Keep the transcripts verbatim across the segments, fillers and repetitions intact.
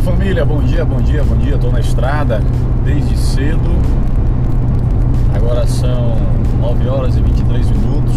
família, bom dia, bom dia, bom dia. Estou na estrada desde cedo. Agora são nove horas e vinte e três minutos.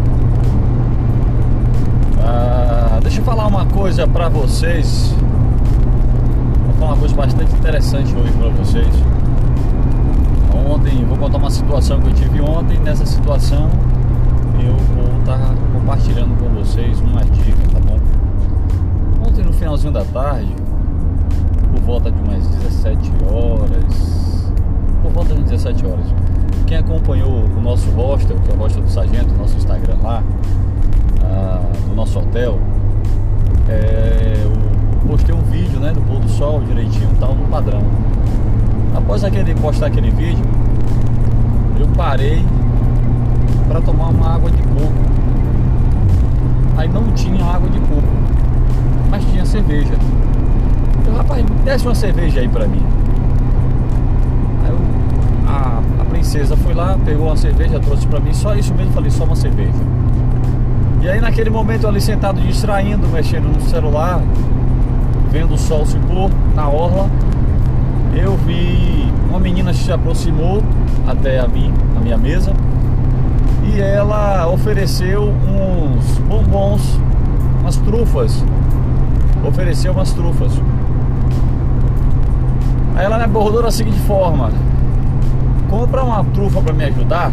ah, Deixa eu falar uma coisa para vocês. Vou falar uma coisa bastante interessante hoje para vocês. Ontem, vou contar uma situação que eu tive ontem. Nessa situação eu vou estar compartilhando com vocês uma dica, tá bom? Ontem no finalzinho da tarde, por volta de umas dezessete horas, por volta de dezessete horas, quem acompanhou o nosso hostel, que é o hostel do Sargento, nosso Instagram lá, ah, do nosso hotel, é, eu postei um vídeo, né, do pôr do sol direitinho, tal, no padrão. Após aquele, postar aquele vídeo, eu parei para tomar uma água de coco. Aí não tinha água de coco, mas tinha cerveja. Eu, rapaz, desce uma cerveja aí pra mim. Aí eu, a, a princesa foi lá, pegou uma cerveja, trouxe pra mim. Só isso mesmo, falei, só uma cerveja. E aí naquele momento eu ali sentado distraindo, mexendo no celular, vendo o sol se pôr na orla, eu vi uma menina que se aproximou até a, mim, a minha mesa, e ela ofereceu uns bombons, umas trufas. Ofereceu umas trufas. Aí ela me abordou da seguinte forma: compra uma trufa pra me ajudar.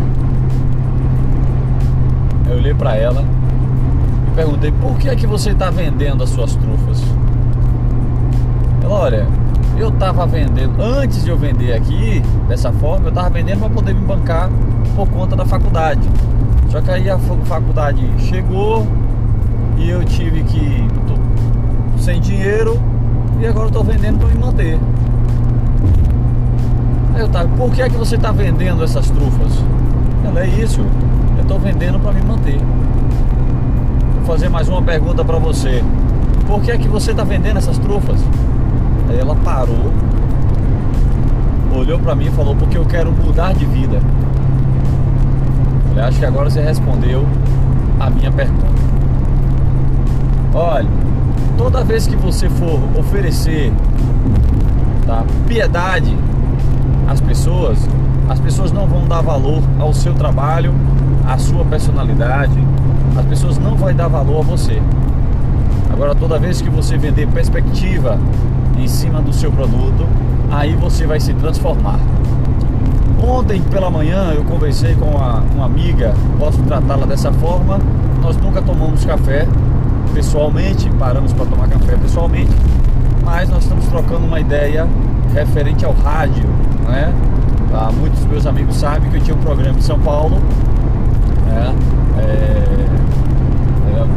Eu olhei pra ela e perguntei: por que é que você tá vendendo as suas trufas? Ela: olha, eu tava vendendo, antes de eu vender aqui dessa forma, eu tava vendendo para poder me bancar por conta da faculdade. Só que aí a faculdade chegou e eu tive que, tô sem dinheiro, e agora eu tô vendendo para me manter. Aí eu tava: por que é que você tá vendendo essas trufas? Ela: é isso, eu tô vendendo para me manter. Vou fazer mais uma pergunta para você: por que é que você tá vendendo essas trufas? Aí ela parou, olhou pra mim e falou: porque eu quero mudar de vida. Eu acho que agora você respondeu a minha pergunta. Olha, toda vez que você for oferecer, tá, piedade às pessoas, as pessoas não vão dar valor ao seu trabalho, à sua personalidade. As pessoas não vão dar valor a você. Agora, toda vez que você vender perspectiva em cima do seu produto, aí você vai se transformar. Ontem pela manhã eu conversei com uma, uma amiga, posso tratá-la dessa forma. Nós nunca tomamos café pessoalmente, paramos para tomar café pessoalmente, mas nós estamos trocando uma ideia referente ao rádio, né? Ah, muitos dos meus amigos sabem que eu tinha um programa em São Paulo, né? é, é,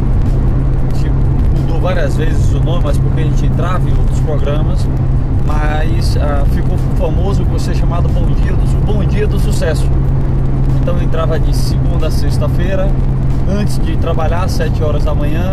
mudou várias vezes o nome, mas porque a gente entrava em outros programas, mas ah, ficou famoso por ser chamado Bom Dia do, Bom Dia do Sucesso. Então eu entrava de segunda a sexta-feira, antes de trabalhar, às sete horas da manhã,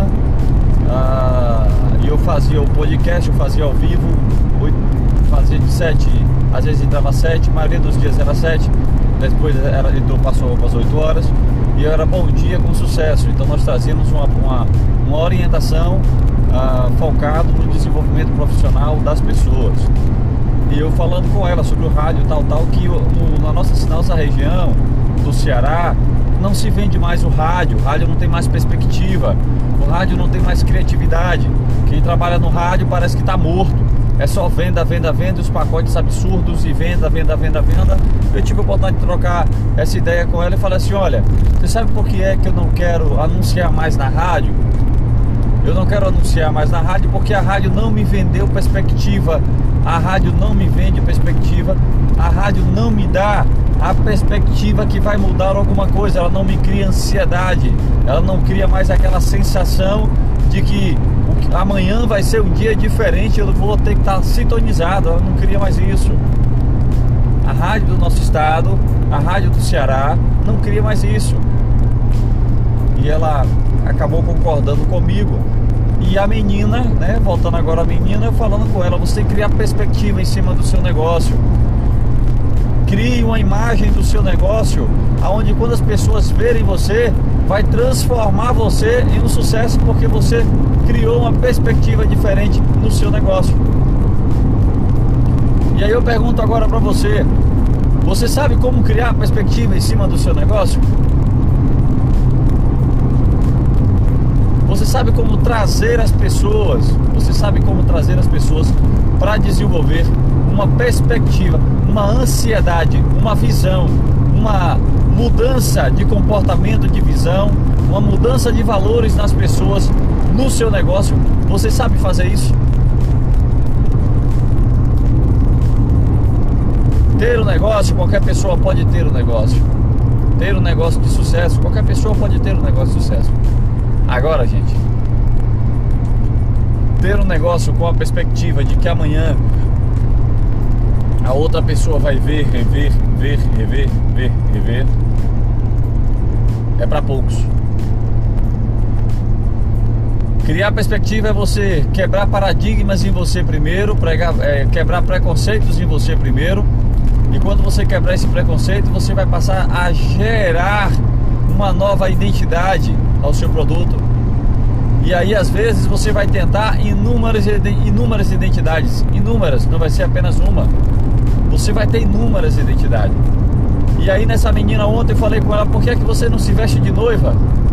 ah, e eu fazia o podcast, eu fazia ao vivo, fazia de sete, às vezes entrava às sete, a maioria dos dias era sete, depois era, então passou para as oito horas, e eu era Bom Dia com Sucesso. Então nós trazíamos uma, uma, uma orientação ah, focado no desenvolvimento profissional das pessoas. E eu falando com ela sobre o rádio tal, tal, que no, na nossa, nossa região do Ceará não se vende mais o rádio. O rádio não tem mais perspectiva, o rádio não tem mais criatividade. Quem trabalha no rádio parece que está morto. É só venda, venda, venda, os pacotes absurdos e venda, venda, venda, venda. Eu tive a oportunidade de trocar essa ideia com ela e falei assim: olha, você sabe por que é que eu não quero anunciar mais na rádio? Eu não quero anunciar mais na rádio porque a rádio não me vendeu perspectiva. A rádio não me vende perspectiva. A rádio não me dá a perspectiva que vai mudar alguma coisa. Ela não me cria ansiedade. Ela não cria mais aquela sensação de que amanhã vai ser um dia diferente, eu vou ter que estar sintonizado. Ela não cria mais isso. A rádio do nosso estado, a rádio do Ceará, não cria mais isso. E ela acabou concordando comigo. E a menina, né, voltando agora a menina, eu falando com ela: você tem que criar perspectiva em cima do seu negócio. Crie uma imagem do seu negócio, aonde quando as pessoas verem você, vai transformar você em um sucesso, porque você criou uma perspectiva diferente no seu negócio. E aí eu pergunto agora para você, você sabe como criar perspectiva em cima do seu negócio? Você sabe como trazer as pessoas, você sabe como trazer as pessoas para desenvolver uma perspectiva, uma ansiedade, uma visão, uma mudança de comportamento, de visão, uma mudança de valores nas pessoas, no seu negócio? Você sabe fazer isso? Ter um negócio, qualquer pessoa pode ter um negócio. Ter um negócio de sucesso, qualquer pessoa pode ter um negócio de sucesso. Agora, gente, ter um negócio com a perspectiva de que amanhã a outra pessoa vai ver, rever, ver, rever, ver, rever, é para poucos. Criar perspectiva é você quebrar paradigmas em você primeiro, pregar, é, quebrar preconceitos em você primeiro. E quando você quebrar esse preconceito, você vai passar a gerar uma nova identidade ao seu produto. E aí às vezes você vai tentar inúmeras, inúmeras identidades. Inúmeras, não vai ser apenas uma. Você vai ter inúmeras identidades. E aí nessa menina ontem eu falei com ela, por que é que você não se veste de noiva?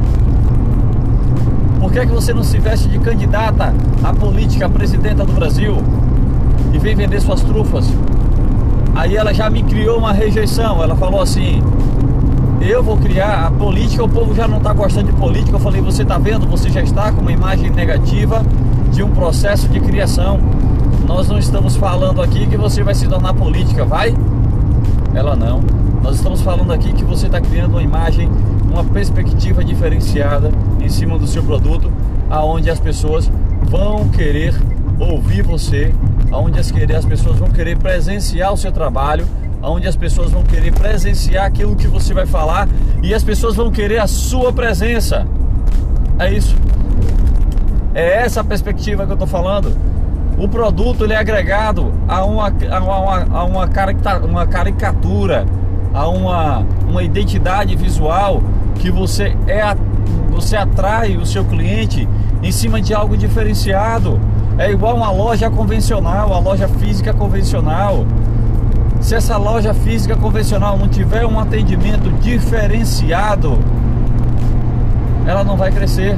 Por que é que você não se veste de candidata à política, à presidenta do Brasil? E vem vender suas trufas? Aí ela já me criou uma rejeição. Ela falou assim, eu vou criar a política, o povo já não está gostando de política. Eu falei, você está vendo? Você já está com uma imagem negativa de um processo de criação. Nós não estamos falando aqui que você vai se tornar política, vai? Ela não. Nós estamos falando aqui que você está criando uma imagem, uma perspectiva diferenciada em cima do seu produto, aonde as pessoas vão querer ouvir você, aonde as, querer, as pessoas vão querer presenciar o seu trabalho, onde as pessoas vão querer presenciar aquilo que você vai falar e as pessoas vão querer a sua presença. É isso. É essa a perspectiva que eu estou falando. O produto ele é agregado a uma, a uma, a uma, caricatura, uma caricatura, a uma, uma identidade visual que você, é, você atrai o seu cliente em cima de algo diferenciado. É igual uma loja convencional, uma loja física convencional. Se essa loja física convencional não tiver um atendimento diferenciado, ela não vai crescer.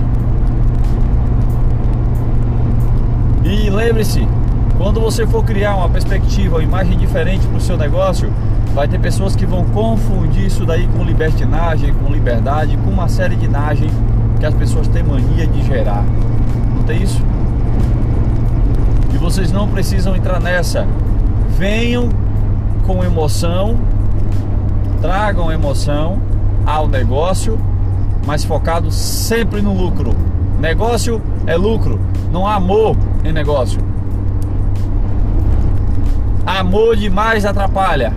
E lembre-se, quando você for criar uma perspectiva, uma imagem diferente para o seu negócio, vai ter pessoas que vão confundir isso daí com libertinagem, com liberdade, com uma série de nagem que as pessoas têm mania de gerar. Não tem isso? E vocês não precisam entrar nessa. Venham com emoção, tragam emoção ao negócio, mas focado sempre no lucro. Negócio é lucro, não há amor em negócio. Amor demais atrapalha.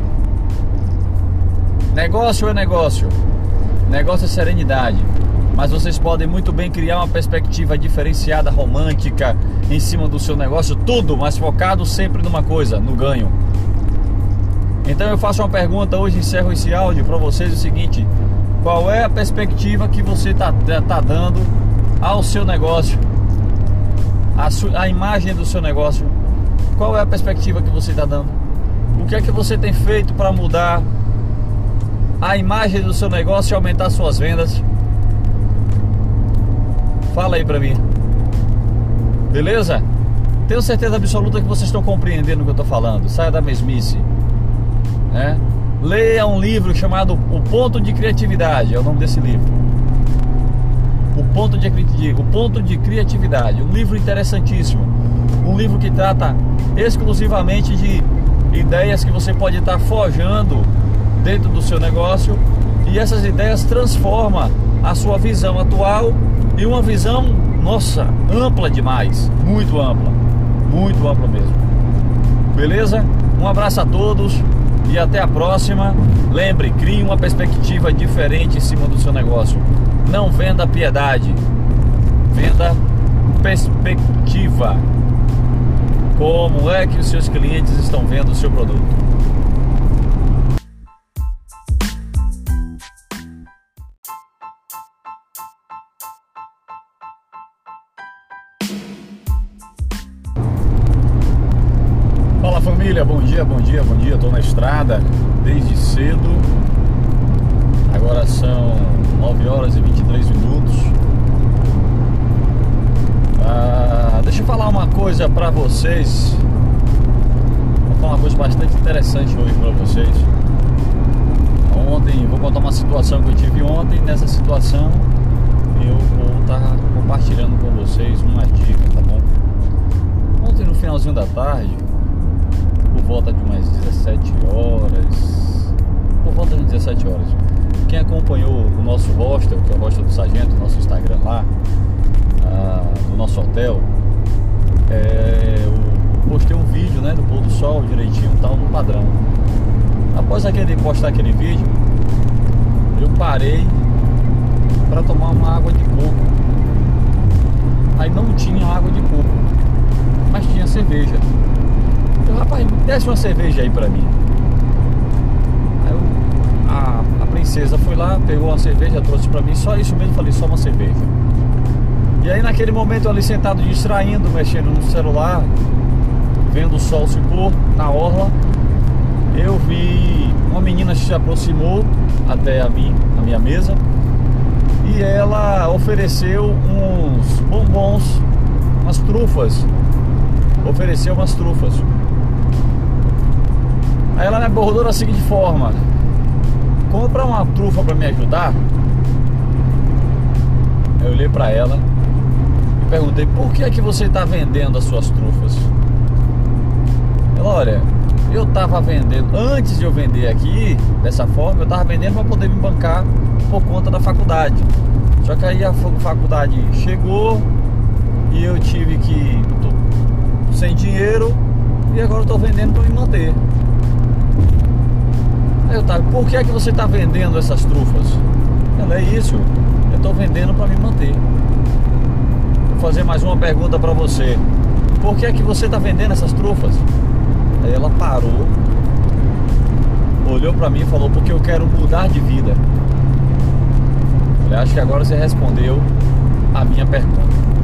Negócio é negócio, negócio é serenidade. Mas vocês podem muito bem criar uma perspectiva diferenciada, romântica, em cima do seu negócio, tudo, mas focado sempre numa coisa, no ganho. Então eu faço uma pergunta hoje, encerro esse áudio para vocês, o seguinte: qual é a perspectiva que você está tá dando ao seu negócio, a, su, a imagem do seu negócio? Qual é a perspectiva que você está dando? O que é que você tem feito para mudar a imagem do seu negócio e aumentar suas vendas? Fala aí pra mim. Beleza? Tenho certeza absoluta que vocês estão compreendendo o que eu tô falando. Saia da mesmice, né? Leia um livro chamado O Ponto de Criatividade. É o nome desse livro. O Ponto de, o Ponto de Criatividade. Um livro interessantíssimo. Um livro que trata exclusivamente de ideias que você pode estar forjando dentro do seu negócio, e essas ideias transformam a sua visão atual em uma visão, nossa, ampla demais, muito ampla, muito ampla mesmo. Beleza? Um abraço a todos e até a próxima. Lembre, crie uma perspectiva diferente em cima do seu negócio. Não venda piedade, venda perspectiva. Como é que os seus clientes estão vendo o seu produto? família, bom dia, bom dia, bom dia. Estou na estrada desde cedo. Agora são nove horas e vinte e três minutos. ah, Deixa eu falar uma coisa para vocês. Vou falar uma coisa bastante interessante hoje para vocês. Ontem, vou contar uma situação que eu tive ontem. Nessa situação eu vou estar compartilhando com vocês uma dica, tá bom? Ontem no finalzinho da tarde, por volta de umas dezessete horas, por volta de dezessete horas, quem acompanhou o nosso hostel, que é o hostel do Sargento, nosso Instagram lá, ah, do nosso hotel, é, eu postei um vídeo, né, do pôr do sol direitinho, tal, no padrão. Após aquele, postar aquele vídeo, eu parei para tomar uma água de coco. Aí não tinha água de coco, mas tinha cerveja. Eu, rapaz, desce uma cerveja aí pra mim. Aí eu, a, a princesa foi lá, pegou uma cerveja, trouxe pra mim. Só isso mesmo, falei, só uma cerveja. E aí naquele momento eu ali sentado distraindo, mexendo no celular, vendo o sol se pôr na orla, eu vi uma menina que se aproximou até a, mim, a minha mesa, e ela ofereceu uns bombons, umas trufas. Ofereceu umas trufas. Aí ela me abordou da seguinte forma: compra uma trufa pra me ajudar. Eu olhei pra ela e perguntei: por que é que você está vendendo as suas trufas? Ela: olha, eu tava vendendo, antes de eu vender aqui dessa forma, eu tava vendendo para poder me bancar por conta da faculdade. Só que aí a faculdade chegou e eu tive que, tô sem dinheiro, e agora eu tô vendendo para me manter. Aí eu tava: por que é que você tá vendendo essas trufas? Ela: é isso, eu tô vendendo para me manter. Vou fazer mais uma pergunta para você: por que é que você tá vendendo essas trufas? Aí ela parou, olhou pra mim e falou: porque eu quero mudar de vida. Eu acho que agora você respondeu a minha pergunta.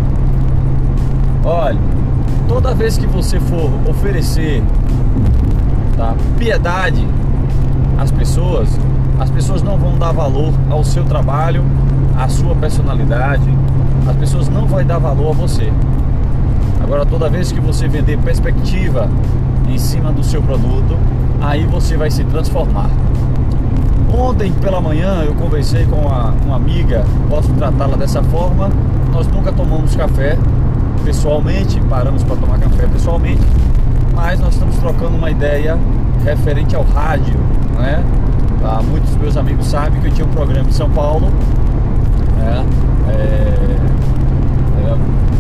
Olha, toda vez que você for oferecer, tá, piedade às pessoas, as pessoas não vão dar valor ao seu trabalho, à sua personalidade. As pessoas não vão dar valor a você. Agora, toda vez que você vender perspectiva em cima do seu produto, aí você vai se transformar. Ontem pela manhã eu conversei com uma, uma amiga, posso tratá-la dessa forma. Nós nunca tomamos café pessoalmente, paramos para tomar café pessoalmente, mas nós estamos trocando uma ideia referente ao rádio, né? Ah, muitos dos meus amigos sabem que eu tinha um programa em São Paulo, né? É, é,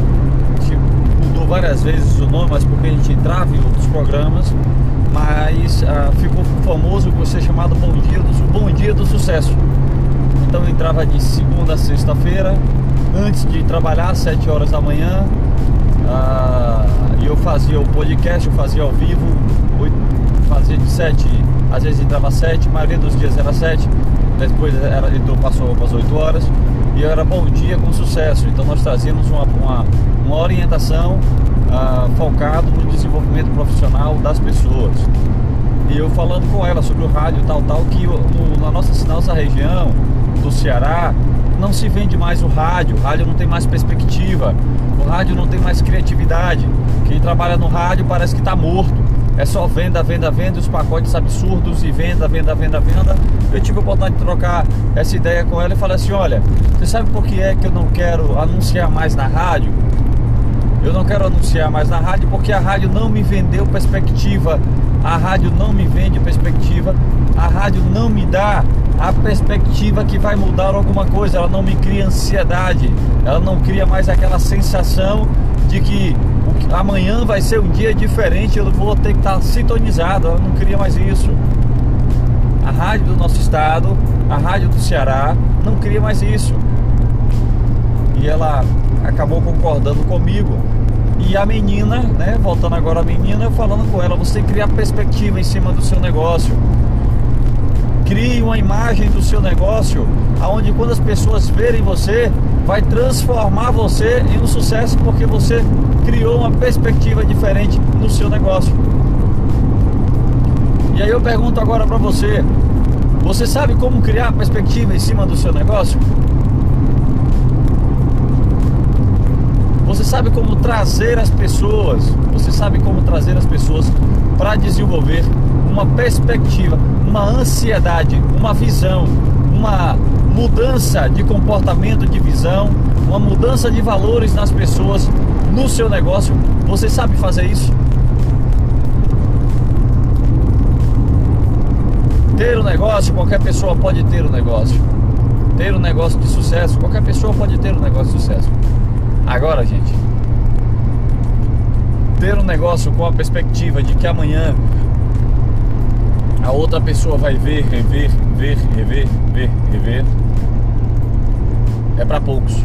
mudou várias vezes o nome, mas porque a gente entrava em outros programas, mas ah, ficou famoso por ser chamado Bom Dia do, Bom Dia do Sucesso. Então eu entrava de segunda a sexta-feira, antes de trabalhar, às sete horas da manhã, ah, e eu fazia o podcast, eu fazia ao vivo, fazia de sete, às vezes entrava às sete, a maioria dos dias era sete, depois era, então passou para as oito horas, e eu era Bom Dia com Sucesso. Então nós trazíamos uma, uma, uma orientação ah, focado no desenvolvimento profissional das pessoas. E eu falando com ela sobre o rádio tal, tal, que no, na nossa, nossa região do Ceará não se vende mais o rádio. O rádio não tem mais perspectiva, o rádio não tem mais criatividade. Quem trabalha no rádio parece que está morto. É só venda, venda, venda, os pacotes absurdos e venda, venda, venda, venda. Eu tive a oportunidade de trocar essa ideia com ela e falei assim: olha, você sabe por que é que eu não quero anunciar mais na rádio? Eu não quero anunciar mais na rádio porque a rádio não me vendeu perspectiva. A rádio não me vende perspectiva. A rádio não me dá a perspectiva que vai mudar alguma coisa. Ela não me cria ansiedade. Ela não cria mais aquela sensação de que amanhã vai ser um dia diferente, eu vou ter que estar sintonizado. Ela não cria mais isso. A rádio do nosso estado, a rádio do Ceará, não cria mais isso. E ela acabou concordando comigo. E a menina, né, voltando agora a menina, eu falando com ela: você criar perspectiva em cima do seu negócio. Crie uma imagem do seu negócio, aonde quando as pessoas verem você, vai transformar você em um sucesso, porque você criou uma perspectiva diferente no seu negócio. E aí eu pergunto agora para você, você sabe como criar perspectiva em cima do seu negócio? Você sabe como trazer as pessoas, você sabe como trazer as pessoas para desenvolver uma perspectiva, uma ansiedade, uma visão, uma mudança de comportamento, de visão, uma mudança de valores nas pessoas, no seu negócio? Você sabe fazer isso? Ter um negócio, qualquer pessoa pode ter um negócio. Ter um negócio de sucesso, qualquer pessoa pode ter um negócio de sucesso. Agora, gente, ter um negócio com a perspectiva de que amanhã a outra pessoa vai ver, rever, ver, rever, ver, rever, é para poucos.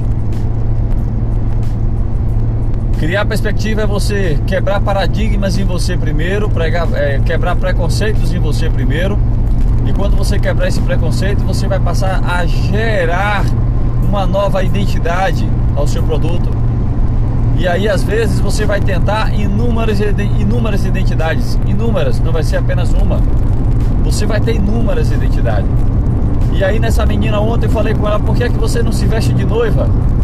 Criar perspectiva é você quebrar paradigmas em você primeiro, pregar, é, quebrar preconceitos em você primeiro. E quando você quebrar esse preconceito, você vai passar a gerar uma nova identidade ao seu produto. E aí às vezes você vai tentar inúmeras, inúmeras identidades. Inúmeras, não vai ser apenas uma. Você vai ter inúmeras identidades. E aí nessa menina ontem eu falei com ela, por que é que você não se veste de noiva?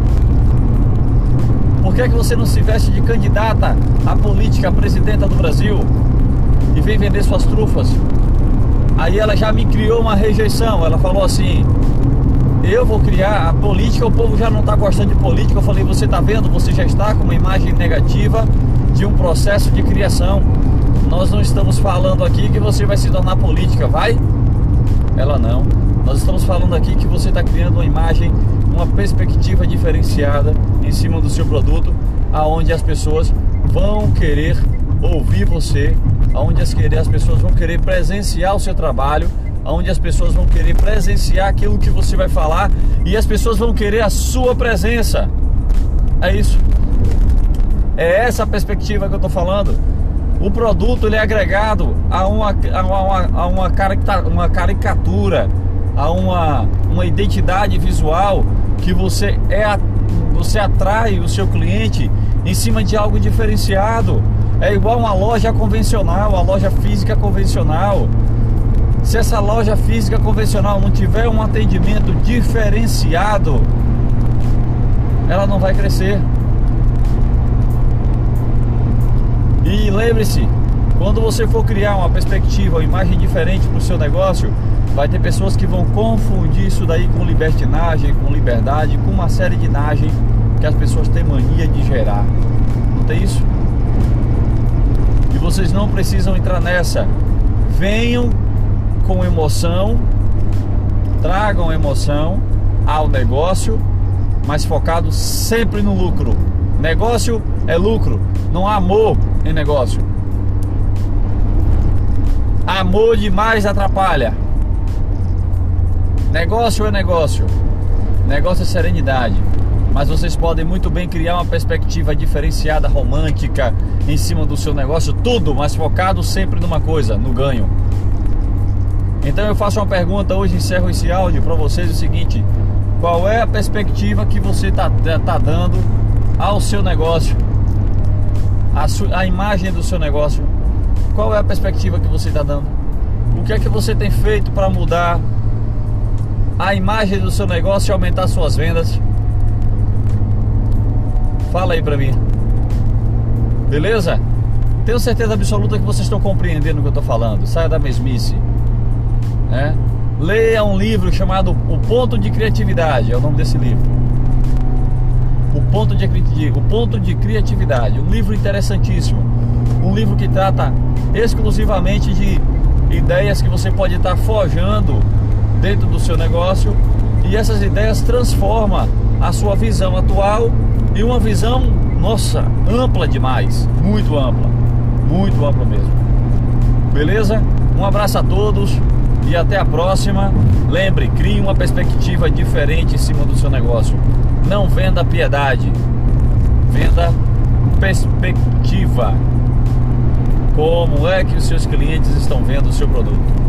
Por que é que você não se veste de candidata à política, à presidenta do Brasil? E vem vender suas trufas? Aí ela já me criou uma rejeição. Ela falou assim, eu vou criar a política, o povo já não está gostando de política. Eu falei, você está vendo? Você já está com uma imagem negativa de um processo de criação. Nós não estamos falando aqui que você vai se tornar política, vai? Ela não. Nós estamos falando aqui que você está criando uma imagem, uma perspectiva diferenciada em cima do seu produto, aonde as pessoas vão querer ouvir você, aonde as, querer, as pessoas vão querer presenciar o seu trabalho, onde as pessoas vão querer presenciar aquilo que você vai falar e as pessoas vão querer a sua presença. É isso. É essa a perspectiva que eu estou falando. O produto ele é agregado a uma, a uma, a uma, caricatura, uma caricatura, a uma, uma identidade visual que você, é, você atrai o seu cliente em cima de algo diferenciado. É igual uma loja convencional, uma loja física convencional. Se essa loja física convencional não tiver um atendimento diferenciado, ela não vai crescer. E lembre-se, quando você for criar uma perspectiva, uma imagem diferente para o seu negócio, vai ter pessoas que vão confundir isso daí com libertinagem, com liberdade, com uma série de nagem que as pessoas têm mania de gerar. Não tem isso? E vocês não precisam entrar nessa. Venham com emoção, tragam emoção ao negócio, mas focado sempre no lucro. Negócio é lucro, não há amor em negócio. Amor demais atrapalha. Negócio é negócio, negócio é serenidade. Mas vocês podem muito bem criar uma perspectiva diferenciada, romântica, em cima do seu negócio, tudo, mas focado sempre numa coisa, no ganho. Então eu faço uma pergunta hoje, encerro esse áudio para vocês, o seguinte: qual é a perspectiva que você está tá dando ao seu negócio? A, su, a imagem do seu negócio, qual é a perspectiva que você está dando? O que é que você tem feito para mudar a imagem do seu negócio e aumentar suas vendas? Fala aí para mim. Beleza? Tenho certeza absoluta que vocês estão compreendendo o que eu estou falando. Saia da mesmice. É? Leia um livro chamado O Ponto de Criatividade, é o nome desse livro. O Ponto de, o Ponto de Criatividade, um livro interessantíssimo. Um livro que trata exclusivamente de ideias que você pode estar forjando dentro do seu negócio, e essas ideias transformam a sua visão atual em uma visão, nossa, ampla demais, muito ampla, muito ampla mesmo. Beleza? Um abraço a todos e até a próxima. Lembre, crie uma perspectiva diferente em cima do seu negócio. Não venda piedade, venda perspectiva. Como é que os seus clientes estão vendo o seu produto?